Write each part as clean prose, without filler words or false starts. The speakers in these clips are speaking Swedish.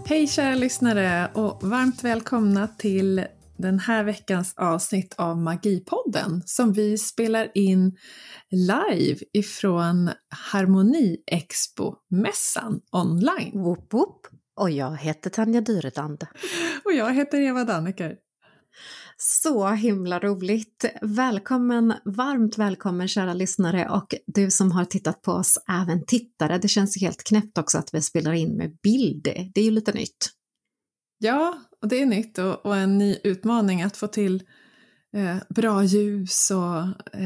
Hej kära lyssnare och varmt välkomna till den här veckans avsnitt av Magipodden som vi spelar in live ifrån Harmoni Expo-mässan online. Woop woop. Och jag heter Tanja Dyredand. Och jag heter Eva Danneker. Så himla roligt. Varmt välkommen kära lyssnare och du som har tittat på oss, även tittare. Det känns helt knäppt också att vi spelar in med bild. Det är ju lite nytt. Ja, och det är nytt och en ny utmaning att få till bra ljus och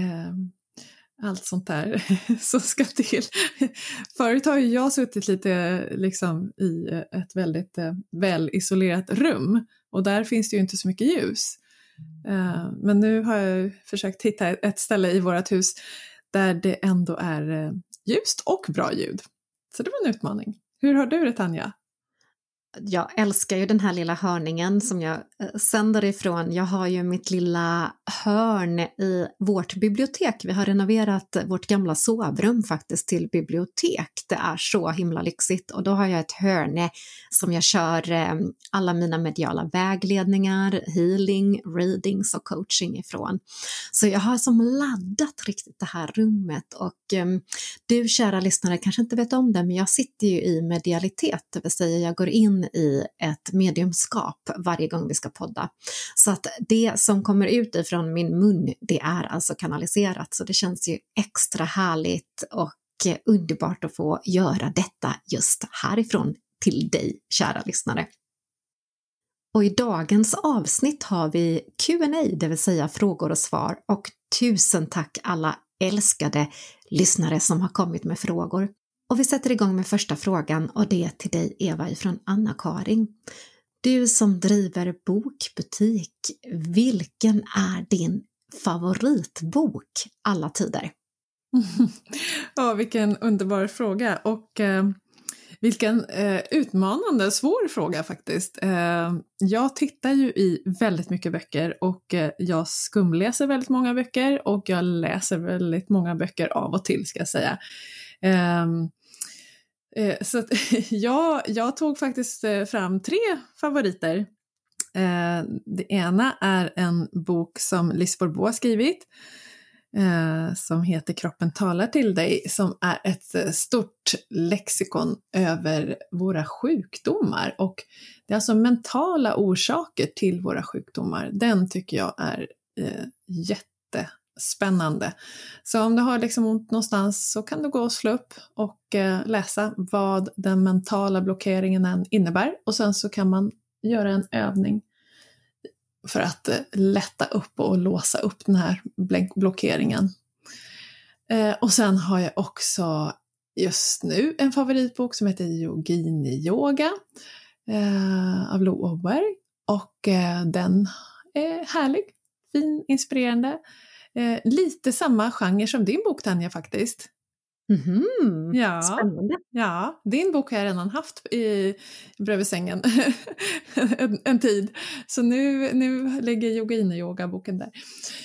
allt sånt där som ska till. Förut har ju jag suttit lite liksom i ett väldigt välisolerat rum och där finns det ju inte så mycket ljus. Men nu har jag försökt hitta ett ställe i vårt hus där det ändå är ljust och bra ljud. Så det var en utmaning. Hur har du det, Tanja? Jag älskar ju den här lilla hörningen som jag sänder ifrån. Jag har ju mitt lilla hörn i vårt bibliotek. Vi har renoverat vårt gamla sovrum faktiskt till bibliotek. Det är så himla lyxigt och då har jag ett hörne som jag kör alla mina mediala vägledningar, healing, readings och coaching ifrån. Så jag har som laddat riktigt det här rummet och du kära lyssnare kanske inte vet om det, men jag sitter ju i medialitet, det vill säga jag går in i ett mediumskap varje gång vi ska podda. Så att det som kommer ut ifrån min mun, det är alltså kanaliserat. Så det känns ju extra härligt och underbart att få göra detta just härifrån till dig, kära lyssnare. Och i dagens avsnitt har vi Q&A, det vill säga frågor och svar. Och tusen tack alla älskade lyssnare som har kommit med frågor. Och vi sätter igång med första frågan och det är till dig Eva ifrån Anna-Karin. Du som driver bokbutik, vilken är din favoritbok alla tider? Ja, vilken underbar fråga och vilken utmanande, svår fråga faktiskt. Jag tittar ju i väldigt mycket böcker och jag skumläser väldigt många böcker och jag läser väldigt många böcker av och till ska jag säga. Så att, jag tog faktiskt fram 3 favoriter. Det ena är en bok som Liz Bourbeau har skrivit som heter Kroppen talar till dig, som är ett stort lexikon över våra sjukdomar och det är alltså mentala orsaker till våra sjukdomar. Den tycker jag är jättespännande. Så om du har liksom ont någonstans så kan du gå och slå upp och läsa vad den mentala blockeringen innebär och sen så kan man göra en övning för att lätta upp och låsa upp den här blockeringen. Och sen har jag också just nu en favoritbok som heter Yogini Yoga av Lo Åberg. Och den är härlig, fin, inspirerande. Lite samma genre som din bok, Tanja, faktiskt. Mm-hmm. Ja, spännande. Ja, din bok har jag redan haft bredvid sängen en tid. Så nu lägger Yogini-yoga-boken där.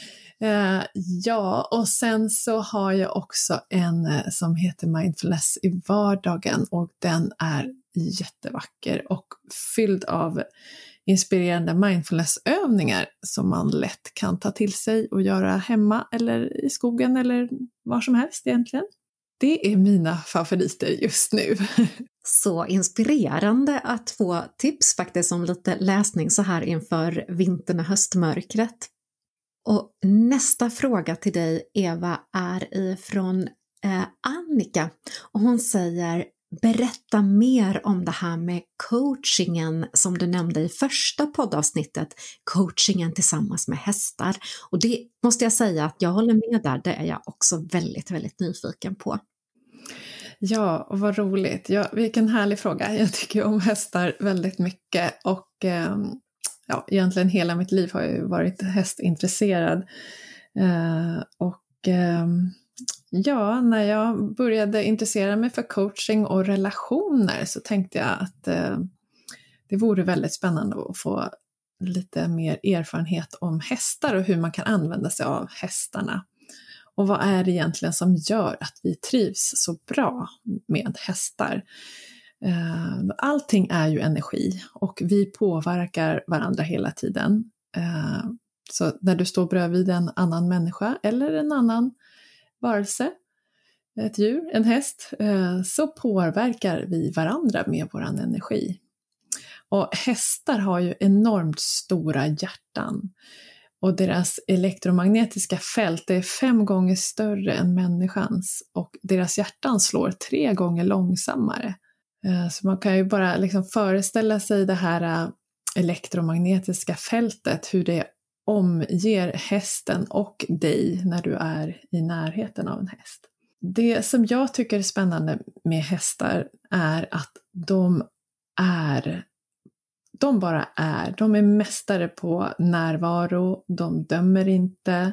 Ja, och sen så har jag också en som heter Mindfulness i vardagen och den är jättevacker och fylld av inspirerande mindfulnessövningar som man lätt kan ta till sig och göra hemma eller i skogen eller var som helst egentligen. Det är mina favoriter just nu. Så inspirerande att få tips faktiskt om lite läsning så här inför vintern och höstmörkret. Och nästa fråga till dig Eva är ifrån Annika och hon säger: berätta mer om det här med coachingen som du nämnde i första poddavsnittet, coachingen tillsammans med hästar. Och det måste jag säga att jag håller med där, det är jag också väldigt, väldigt nyfiken på. Ja, och vad roligt. Ja, vilken härlig fråga. Jag tycker om hästar väldigt mycket och egentligen hela mitt liv har jag ju varit hästintresserad. När jag började intressera mig för coaching och relationer så tänkte jag att det vore väldigt spännande att få lite mer erfarenhet om hästar och hur man kan använda sig av hästarna. Och vad är det egentligen som gör att vi trivs så bra med hästar? Allting är ju energi och vi påverkar varandra hela tiden. Så när du står bredvid en annan människa eller en annan varelse, ett djur, en häst, så påverkar vi varandra med vår energi. Och hästar har ju enormt stora hjärtan. Och deras elektromagnetiska fält är 5 gånger större än människans. Och deras hjärtan slår 3 gånger långsammare. Så man kan ju bara liksom föreställa sig det här elektromagnetiska fältet, hur det omger hästen och dig när du är i närheten av en häst. Det som jag tycker är spännande med hästar är att de bara är. De är mästare på närvaro, de dömer inte.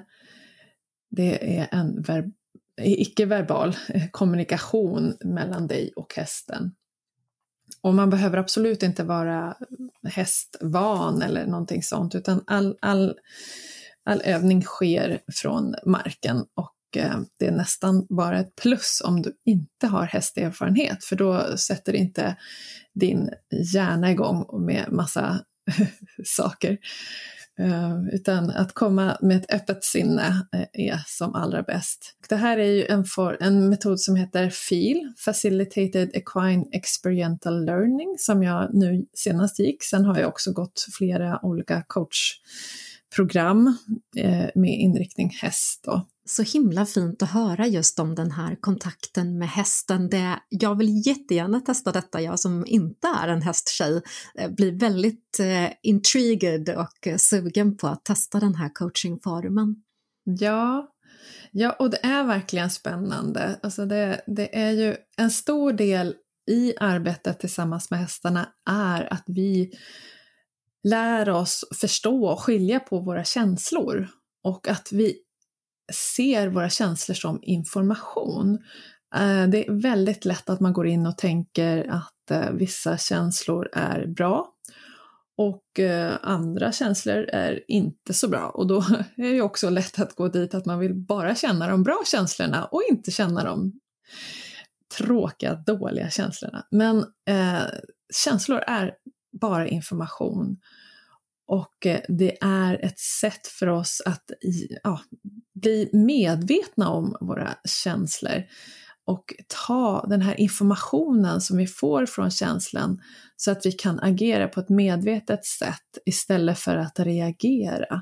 Det är en icke-verbal kommunikation mellan dig och hästen. Och man behöver absolut inte vara hästvan eller någonting sånt, utan all övning sker från marken, och det är nästan bara ett plus om du inte har hästerfarenhet, för då sätter inte din hjärna igång med massa saker. Utan att komma med ett öppet sinne är som allra bäst. Det här är ju en metod som heter FEEL, Facilitated Equine Experiential Learning, som jag nu senast gick. Sen har jag också gått flera olika coachprogram med inriktning häst då. Så himla fint att höra just om den här kontakten med hästen. Jag vill jättegärna testa detta, jag som inte är en hästtjej blir väldigt intrigued och sugen på att testa den här coachingformen. Ja, och det är verkligen spännande. Alltså det är ju en stor del i arbetet tillsammans med hästarna är att vi lär oss förstå och skilja på våra känslor, och att vi ser våra känslor som information. Det är väldigt lätt att man går in och tänker att vissa känslor är bra och andra känslor är inte så bra. Och då är det också lätt att gå dit att man vill bara känna de bra känslorna och inte känna de tråkiga, dåliga känslorna. Men känslor är bara information. Och det är ett sätt för oss att bli medvetna om våra känslor och ta den här informationen som vi får från känslan så att vi kan agera på ett medvetet sätt istället för att reagera.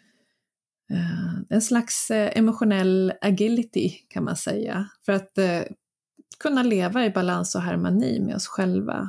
En slags emotionell agility kan man säga, för att kunna leva i balans och harmoni med oss själva.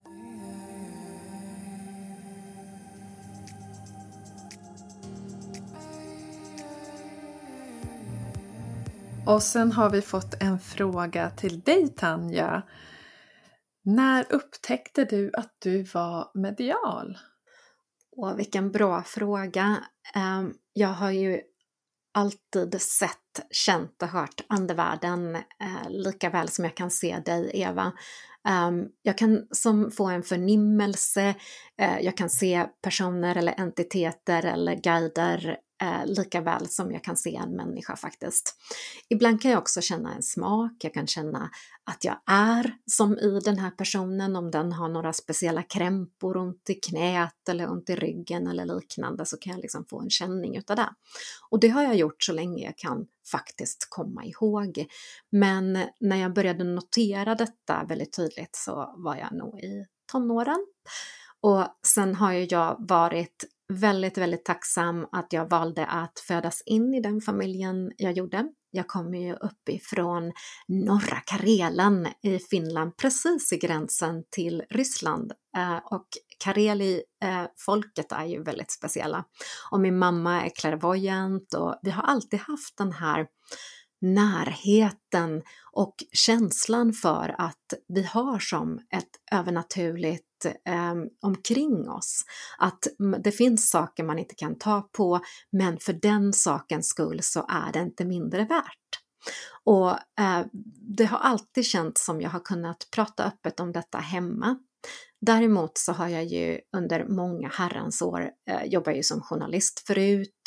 Och sen har vi fått en fråga till dig, Tanja. När upptäckte du att du var medial? Och vilken bra fråga. Jag har ju alltid sett, känt och hört andevärlden lika väl som jag kan se dig, Eva. Jag kan få en förnimmelse, jag kan se personer eller entiteter eller guider lika väl som jag kan se en människa faktiskt. Ibland kan jag också känna en smak, jag kan känna att jag är som i den här personen, om den har några speciella krämpor, ont i knät eller ont i ryggen eller liknande, så kan jag liksom få en känning utav det. Och det har jag gjort så länge jag kan faktiskt komma ihåg. Men när jag började notera detta väldigt tydligt så var jag nog i tonåren. Och sen har ju jag varit väldigt, väldigt tacksam att jag valde att födas in i den familjen jag gjorde. Jag kommer ju uppifrån norra Karelen i Finland, precis i gränsen till Ryssland. Och Kareli-folket är ju väldigt speciella. Och min mamma är clairvoyant och vi har alltid haft den här närheten och känslan för att vi har som ett övernaturligt omkring oss. Att det finns saker man inte kan ta på, men för den sakens skull så är det inte mindre värt. Och det har alltid känts som jag har kunnat prata öppet om detta hemma. Däremot så har jag ju under många herrans år jobbat ju som journalist förut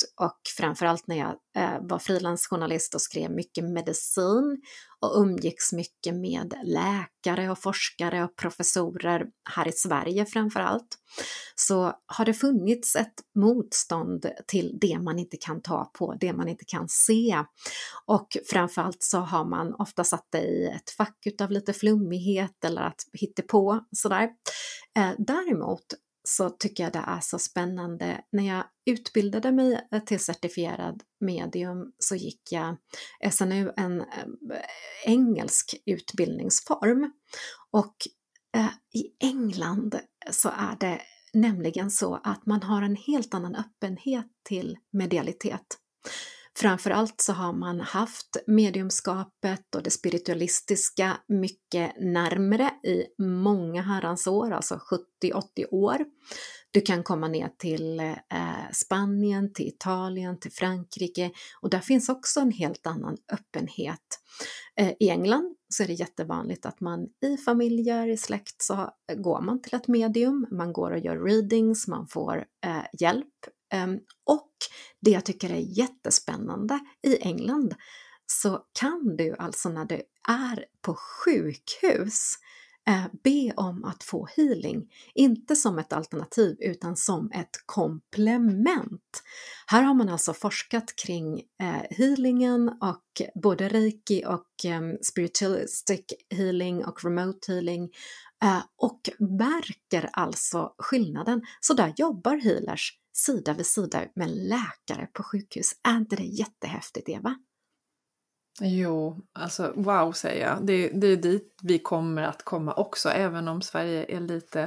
och framförallt när jag var frilansjournalist och skrev mycket medicin och umgicks mycket med läkare och forskare och professorer här i Sverige framförallt, så har det funnits ett motstånd till det man inte kan ta på, det man inte kan se. Och framförallt så har man ofta satt det i ett fack utav lite flummighet eller att hitta på sådär. Däremot så tycker jag det är så spännande. När jag utbildade mig till certifierad medium så gick jag SNU, en engelsk utbildningsform. Och i England så är det nämligen så att man har en helt annan öppenhet till medialitet. Framförallt så har man haft mediumskapet och det spiritualistiska mycket närmare i många herrans år, alltså 70-80 år. Du kan komma ner till Spanien, till Italien, till Frankrike och där finns också en helt annan öppenhet. I England så är det jättevanligt att man i familjer, i släkt så går man till ett medium, man går och gör readings, man får hjälp. Och det jag tycker är jättespännande i England, så kan du alltså när du är på sjukhus be om att få healing, inte som ett alternativ utan som ett komplement. Här har man alltså forskat kring healingen och både reiki och spiritualistic healing och remote healing och märker alltså skillnaden. Så där jobbar healers sida vid sida med läkare på sjukhus. Är inte det jättehäftigt, Eva? Jo, alltså wow säger jag. Det är dit vi kommer att komma också, även om Sverige är lite,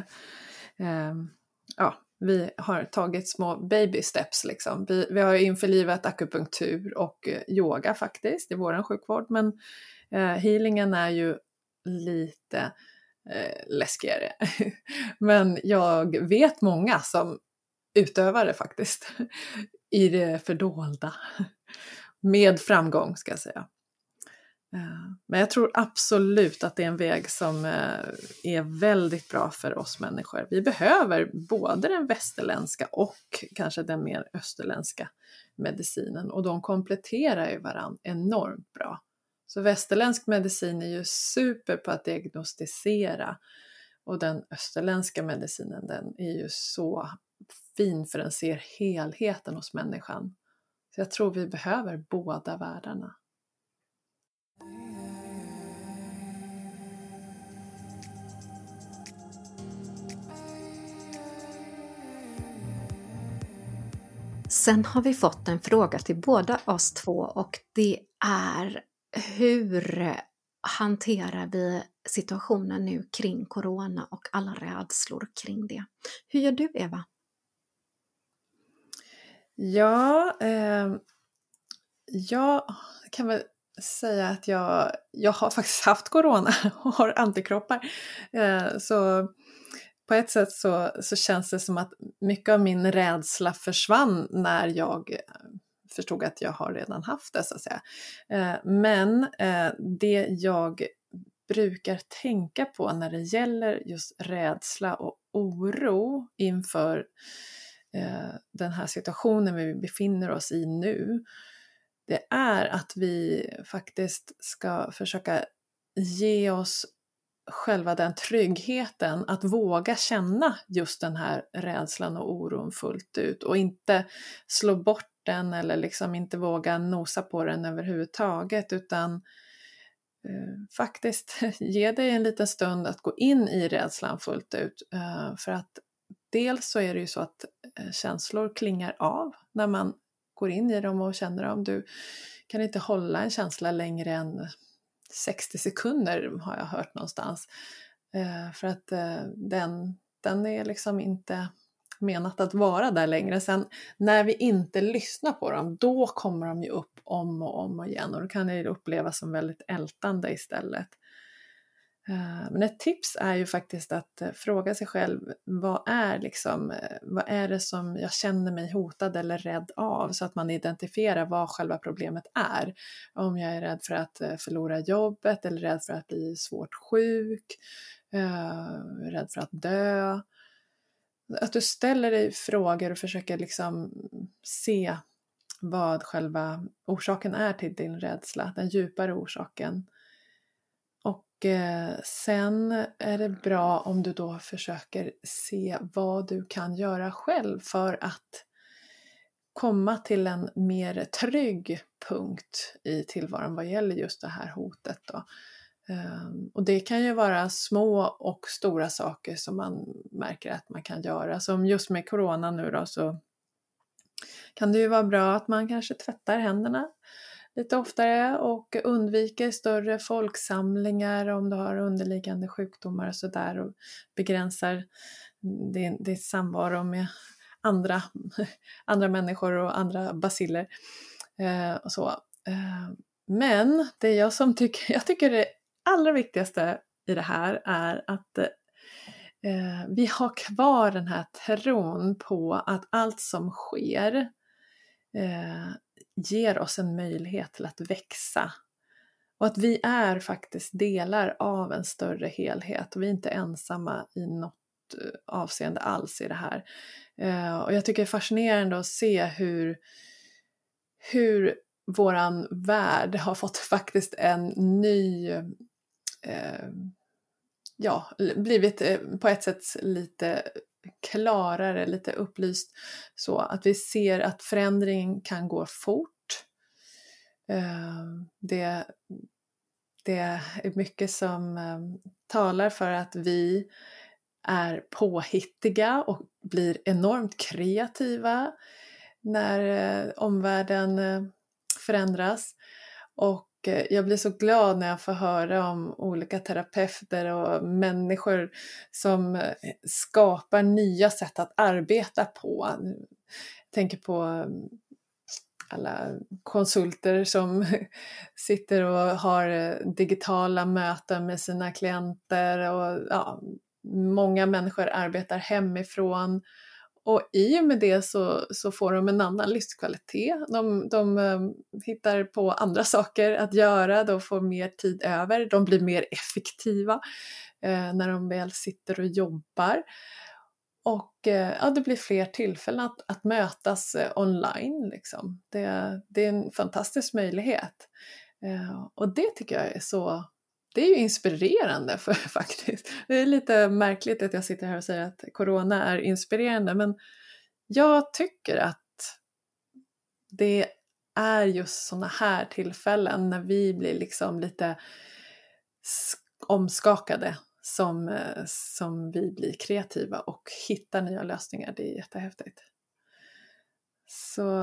vi har tagit små baby steps liksom. Vi har ju införlivat akupunktur och yoga faktiskt i våran sjukvård, men healingen är ju lite läskigare. Men jag vet många som utövar det faktiskt i det fördolda. Med framgång ska jag säga. Men jag tror absolut att det är en väg som är väldigt bra för oss människor. Vi behöver både den västerländska och kanske den mer österländska medicinen. Och de kompletterar ju varandra enormt bra. Så västerländsk medicin är ju super på att diagnostisera. Och den österländska medicinen, den är ju så fin för den ser helheten hos människan. Så jag tror vi behöver båda världarna. Sen har vi fått en fråga till båda oss två och det är: hur hanterar vi situationen nu kring corona och alla rädslor kring det? Hur gör du, Eva? Ja, jag kan väl säga att jag har faktiskt haft corona och har antikroppar. Så på ett sätt så känns det som att mycket av min rädsla försvann när jag förstod att jag har redan haft det, så att säga. Men det jag brukar tänka på när det gäller just rädsla och oro inför den här situationen vi befinner oss i nu, det är att vi faktiskt ska försöka ge oss själva den tryggheten att våga känna just den här rädslan och oron fullt ut och inte slå bort den eller liksom inte våga nosa på den överhuvudtaget, utan faktiskt ge dig en liten stund att gå in i rädslan fullt ut, för att dels så är det ju så att känslor klingar av när man går in i dem och känner dem. Du kan inte hålla en känsla längre än 60 sekunder har jag hört någonstans. För att den är liksom inte menat att vara där längre. Sen när vi inte lyssnar på dem, då kommer de ju upp om och om igen. Och då kan det upplevas som väldigt ältande istället. Men ett tips är ju faktiskt att fråga sig själv, vad är det som jag känner mig hotad eller rädd av, så att man identifierar vad själva problemet är. Om jag är rädd för att förlora jobbet eller rädd för att bli svårt sjuk, rädd för att dö. Att du ställer dig frågor och försöker liksom se vad själva orsaken är till din rädsla, den djupare orsaken. Och sen är det bra om du då försöker se vad du kan göra själv för att komma till en mer trygg punkt i tillvaron vad gäller just det här hotet då. Och det kan ju vara små och stora saker som man märker att man kan göra. Som just med corona nu då, så kan det ju vara bra att man kanske tvättar händerna lite oftare och undviker större folksamlingar om du har underliggande sjukdomar och sådär, och begränsar din samvaro med andra människor och andra baciller och så. Men det jag tycker det allra viktigaste i det här är att vi har kvar den här tron på att allt som sker ger oss en möjlighet till att växa. Och att vi är faktiskt delar av en större helhet. Och vi är inte ensamma i något avseende alls i det här. Och jag tycker det är fascinerande att se hur våran värld har fått faktiskt en ny... blivit på ett sätt lite klarare, lite upplyst, så att vi ser att förändring kan gå fort. Det är mycket som talar för att vi är påhittiga och blir enormt kreativa när omvärlden förändras. Och jag blir så glad när jag får höra om olika terapeuter och människor som skapar nya sätt att arbeta på. Jag tänker på alla konsulter som sitter och har digitala möten med sina klienter, och många människor arbetar hemifrån. Och i och med det så får de en annan livskvalitet. De hittar på andra saker att göra, de får mer tid över, de blir mer effektiva när de väl sitter och jobbar. Och det blir fler tillfällen att mötas online. Liksom. Det är en fantastisk möjlighet. Och det tycker jag är så... Det är ju inspirerande faktiskt. Det är lite märkligt att jag sitter här och säger att corona är inspirerande, men jag tycker att det är just såna här tillfällen när vi blir liksom lite omskakade som vi blir kreativa och hittar nya lösningar. Det är jättehäftigt. Så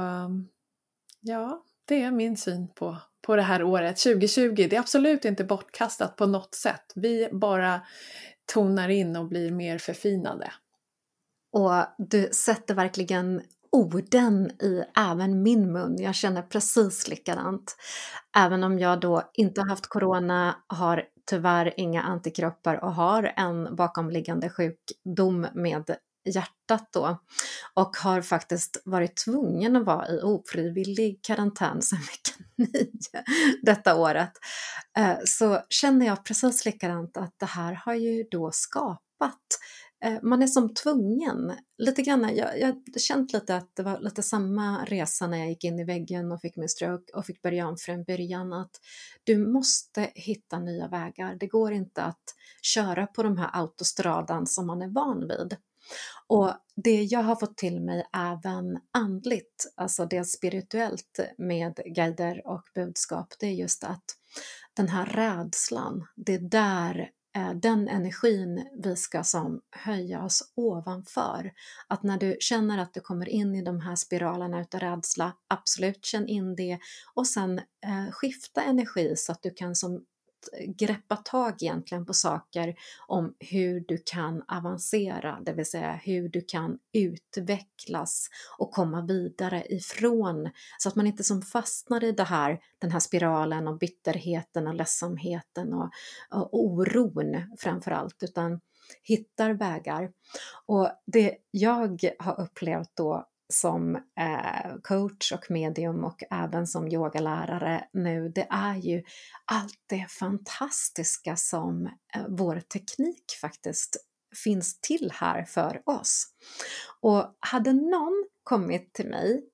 ja, det är min syn på det här året 2020. Det är absolut inte bortkastat på något sätt. Vi bara tonar in och blir mer förfinade. Och du sätter verkligen orden i även min mun. Jag känner precis likadant. Även om jag då inte har haft corona, har tyvärr inga antikroppar och har en bakomliggande sjukdom med hjärtat då, och har faktiskt varit tvungen att vara i ofrivillig karantän sedan vecka 9 detta året, så känner jag precis likadant att det här har ju då skapat, man är som tvungen lite grann. Jag känt lite att det var lite samma resa när jag gick in i väggen och fick min stroke och fick börja om från början, att du måste hitta nya vägar. Det går inte att köra på de här autostradan som man är van vid. Och det jag har fått till mig även andligt, alltså det spirituellt med guider och budskap, det är just att den här rädslan, det är där den energin vi ska som höja oss ovanför. Att när du känner att du kommer in i de här spiralerna utav rädsla, absolut känn in det, och sen skifta energi så att du kan som greppa tag egentligen på saker om hur du kan avancera, det vill säga hur du kan utvecklas och komma vidare ifrån, så att man inte som fastnar i den här spiralen och bitterheten och ledsamheten och oron framförallt, utan hittar vägar. Och det jag har upplevt då som coach och medium och även som yogalärare nu, det är ju allt det fantastiska som vår teknik faktiskt finns till här för oss. Och hade någon kommit till mig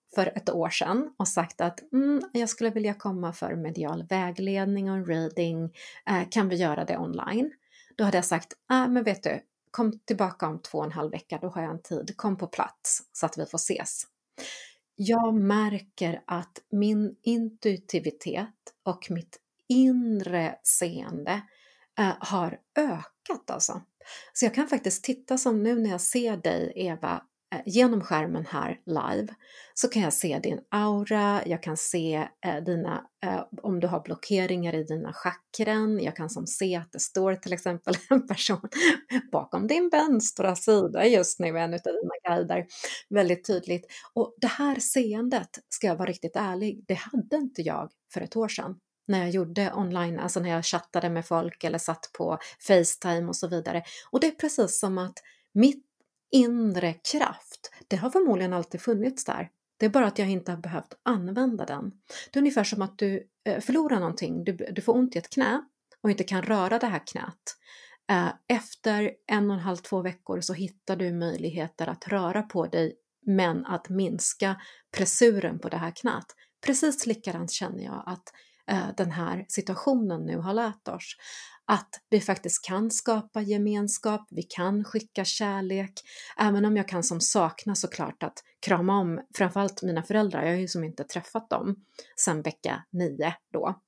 för ett år sedan och sagt att jag skulle vilja komma för medial vägledning och reading, kan vi göra det online? Då hade jag sagt, men vet du, kom tillbaka om 2,5 veckor, då har jag en tid, kom på plats så att vi får ses. Jag märker att min intuitivitet och mitt inre seende har ökat alltså. Så jag kan faktiskt titta som nu när jag ser dig, Eva, genom skärmen här live, så kan jag se din aura, jag kan se om du har blockeringar i dina chakran, jag kan som se att det står till exempel en person bakom din vänstra sida just nu, en av dina guider, väldigt tydligt. Och det här seendet, ska jag vara riktigt ärlig, det hade inte jag för ett år sedan. När jag gjorde online, alltså när jag chattade med folk eller satt på FaceTime och så vidare. Och det är precis som att mitt inre kraft, det har förmodligen alltid funnits där. Det är bara att jag inte har behövt använda den. Det är ungefär som att du förlorar någonting, du får ont i ett knä och inte kan röra det här knät. Efter 1,5-2 veckor så hittar du möjligheter att röra på dig, men att minska pressuren på det här knät. Precis likadant känner jag att den här situationen nu har lärt oss. Att vi faktiskt kan skapa gemenskap, vi kan skicka kärlek, även om jag kan som sakna såklart att krama om framförallt mina föräldrar, jag har ju som inte träffat dem sedan vecka 9 då.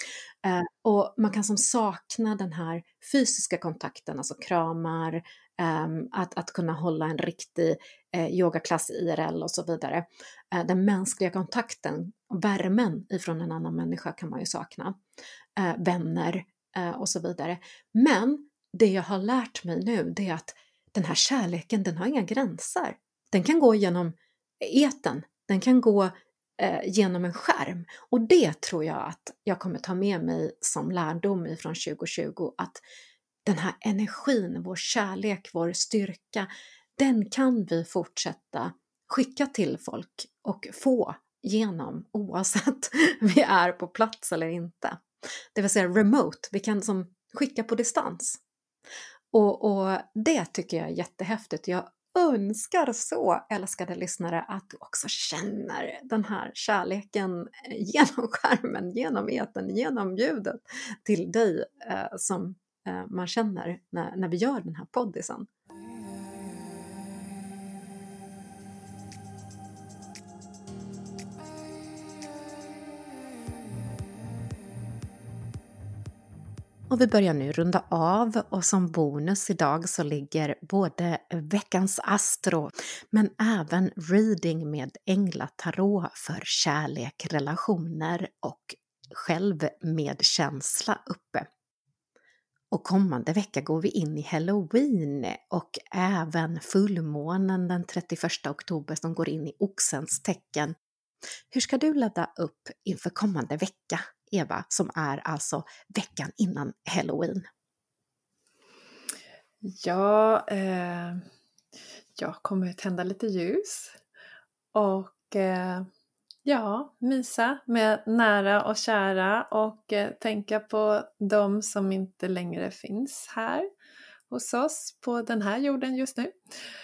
Och man kan som sakna den här fysiska kontakten, alltså kramar, att kunna hålla en riktig yogaklass IRL och så vidare. Den mänskliga kontakten och värmen ifrån en annan människa kan man ju sakna. Vänner och så vidare. Men det jag har lärt mig nu, det är att den här kärleken, den har inga gränser. Den kan gå genom etern, den kan gå genom en skärm. Och det tror jag att jag kommer ta med mig som lärdom ifrån 2020, att den här energin, vår kärlek, vår styrka, den kan vi fortsätta skicka till folk och få genom oavsett vi är på plats eller inte. Det vill säga remote, vi kan som skicka på distans. Och det tycker jag är jättehäftigt. Jag önskar så, älskade lyssnare, att du också känner den här kärleken genom skärmen, genom etern, genom ljudet till dig som man känner när vi gör den här poddisen. Och vi börjar nu runda av, och som bonus idag så ligger både veckans astro men även reading med änglatarot för kärlek, relationer och självmedkänsla uppe. Och kommande vecka går vi in i Halloween och även fullmånen den 31 oktober som går in i Oxens tecken. Hur ska du ladda upp inför kommande vecka, Eva, som är alltså veckan innan Halloween? Ja, jag kommer tända lite ljus och mysa med nära och kära och tänka på de som inte längre finns här hos oss på den här jorden just nu.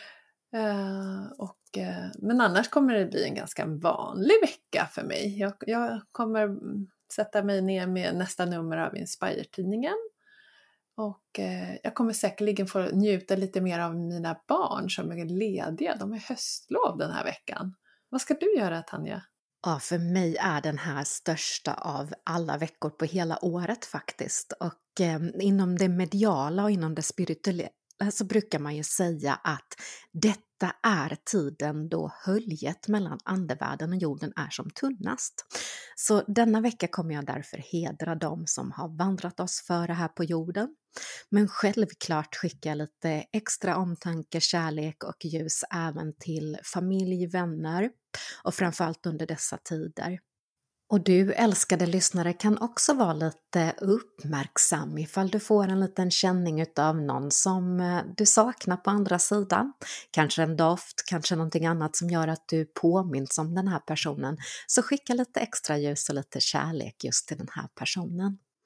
Men annars kommer det bli en ganska vanlig vecka för mig. Jag kommer sätta mig ner med nästa nummer av Inspire-tidningen. Och jag kommer säkerligen få njuta lite mer av mina barn som är lediga. De är höstlov den här veckan. Vad ska du göra, Tanja? Ja, för mig är den här största av alla veckor på hela året faktiskt. Och inom det mediala och inom det spirituella så brukar man ju säga att detta är tiden då höljet mellan andevärlden och jorden är som tunnast. Så denna vecka kommer jag därför hedra dem som har vandrat oss före här på jorden. Men självklart skicka lite extra omtanke, kärlek och ljus även till familj, vänner och framförallt under dessa tider. Och du, älskade lyssnare, kan också vara lite uppmärksam ifall du får en liten känning utav någon som du saknar på andra sidan. Kanske en doft, kanske någonting annat som gör att du påminns om den här personen. Så skicka lite extra ljus och lite kärlek just till den här personen.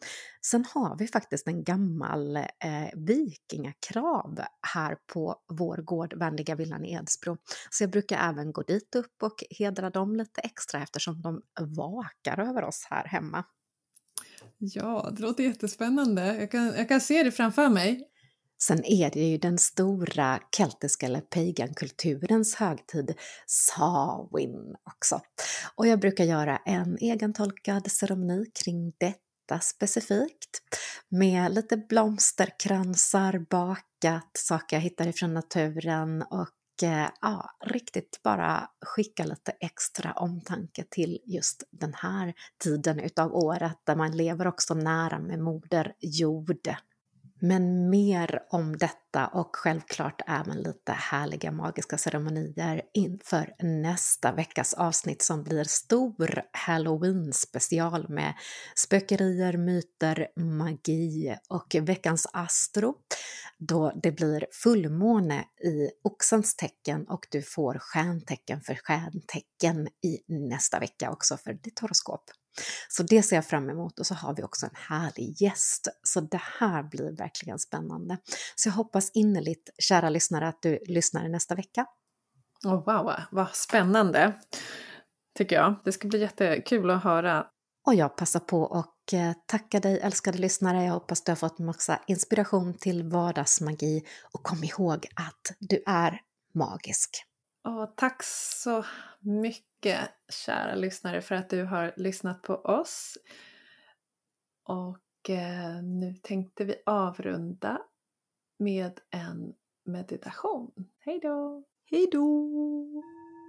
Sen har vi faktiskt en gammal vikingakrav här på vår gård, Vänliga villan i Edsbro. Så jag brukar även gå dit upp och hedra dem lite extra eftersom de vakar över oss här hemma. Ja, det låter jättespännande. Jag kan se det framför mig. Sen är det ju den stora keltiska eller pagankulturens högtid Samhain också. Och jag brukar göra en egentolkad ceremoni kring detta specifikt. Med lite blomsterkransar, bakat, saker jag hittar ifrån naturen och riktigt bara skicka lite extra omtanke till just den här tiden utav året där man lever också nära med Moder Jord. Men mer om detta och självklart även lite härliga magiska ceremonier inför nästa veckas avsnitt som blir stor Halloween-special med spökerier, myter, magi och veckans astro då det blir fullmåne i Oxens tecken och du får stjärntecken för stjärntecken i nästa vecka också för ditt horoskop. Så det ser jag fram emot och så har vi också en härlig gäst. Så det här blir verkligen spännande. Så jag hoppas innerligt, kära lyssnare, att du lyssnar nästa vecka. Wow, vad spännande tycker jag. Det ska bli jättekul att höra. Och jag passar på och tacka dig älskade lyssnare. Jag hoppas du har fått massa inspiration till vardagsmagi och kom ihåg att du är magisk. Tack så mycket kära lyssnare för att du har lyssnat på oss. Och nu tänkte vi avrunda med en meditation. Hej då! Hej då!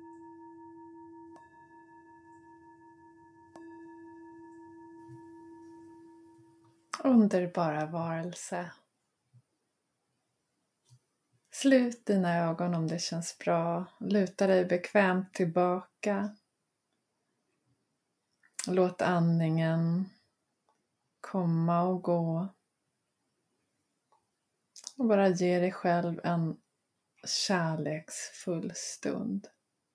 Underbara varelse. Slut dina ögon om det känns bra. Luta dig bekvämt tillbaka. Låt andningen komma och gå. Och bara ge dig själv en kärleksfull stund.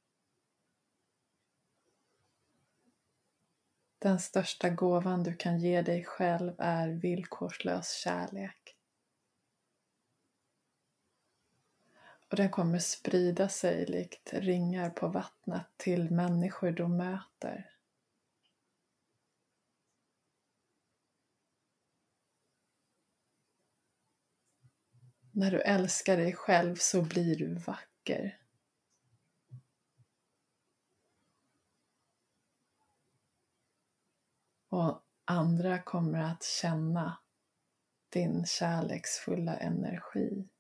Den största gåvan du kan ge dig själv är villkorslös kärlek. Och den kommer sprida sig likt ringar på vattnet till människor du möter. När du älskar dig själv så blir du vacker. Och andra kommer att känna din kärleksfulla energi.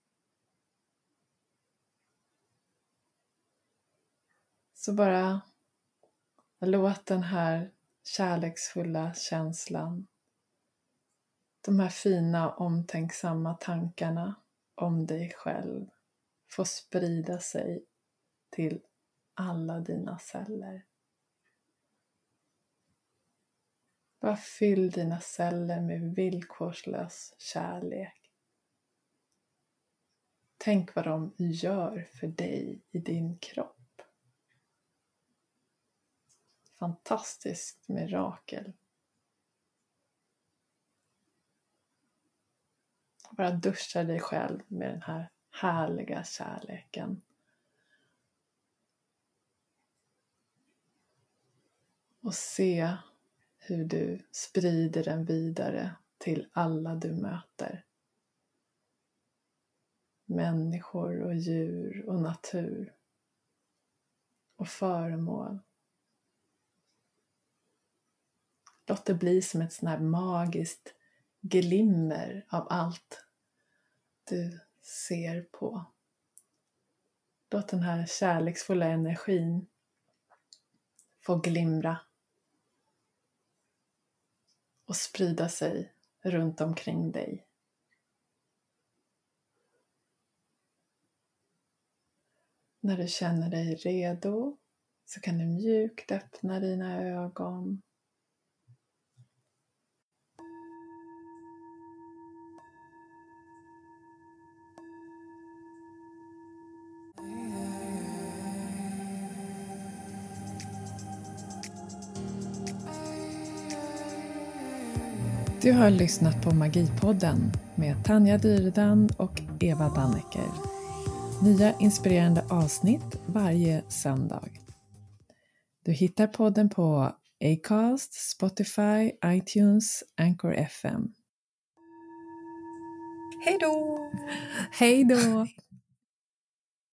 Så bara låt den här kärleksfulla känslan, de här fina omtänksamma tankarna om dig själv få sprida sig till alla dina celler. Bara fyll dina celler med villkorslös kärlek. Tänk vad de gör för dig i din kropp. Fantastiskt mirakel. Bara duscha dig själv med den här härliga kärleken. Och se hur du sprider den vidare till alla du möter. Människor och djur och natur och föremål. Låt det bli som ett sånt här magiskt glimmer av allt du ser på. Låt den här kärleksfulla energin få glimra och sprida sig runt omkring dig. När du känner dig redo så kan du mjukt öppna dina ögon. Du har lyssnat på Magipodden med Tanja Dyredan och Eva Dannecker. Nya inspirerande avsnitt varje söndag. Du hittar podden på Acast, Spotify, iTunes, Anchor FM. Hej då! Hej då!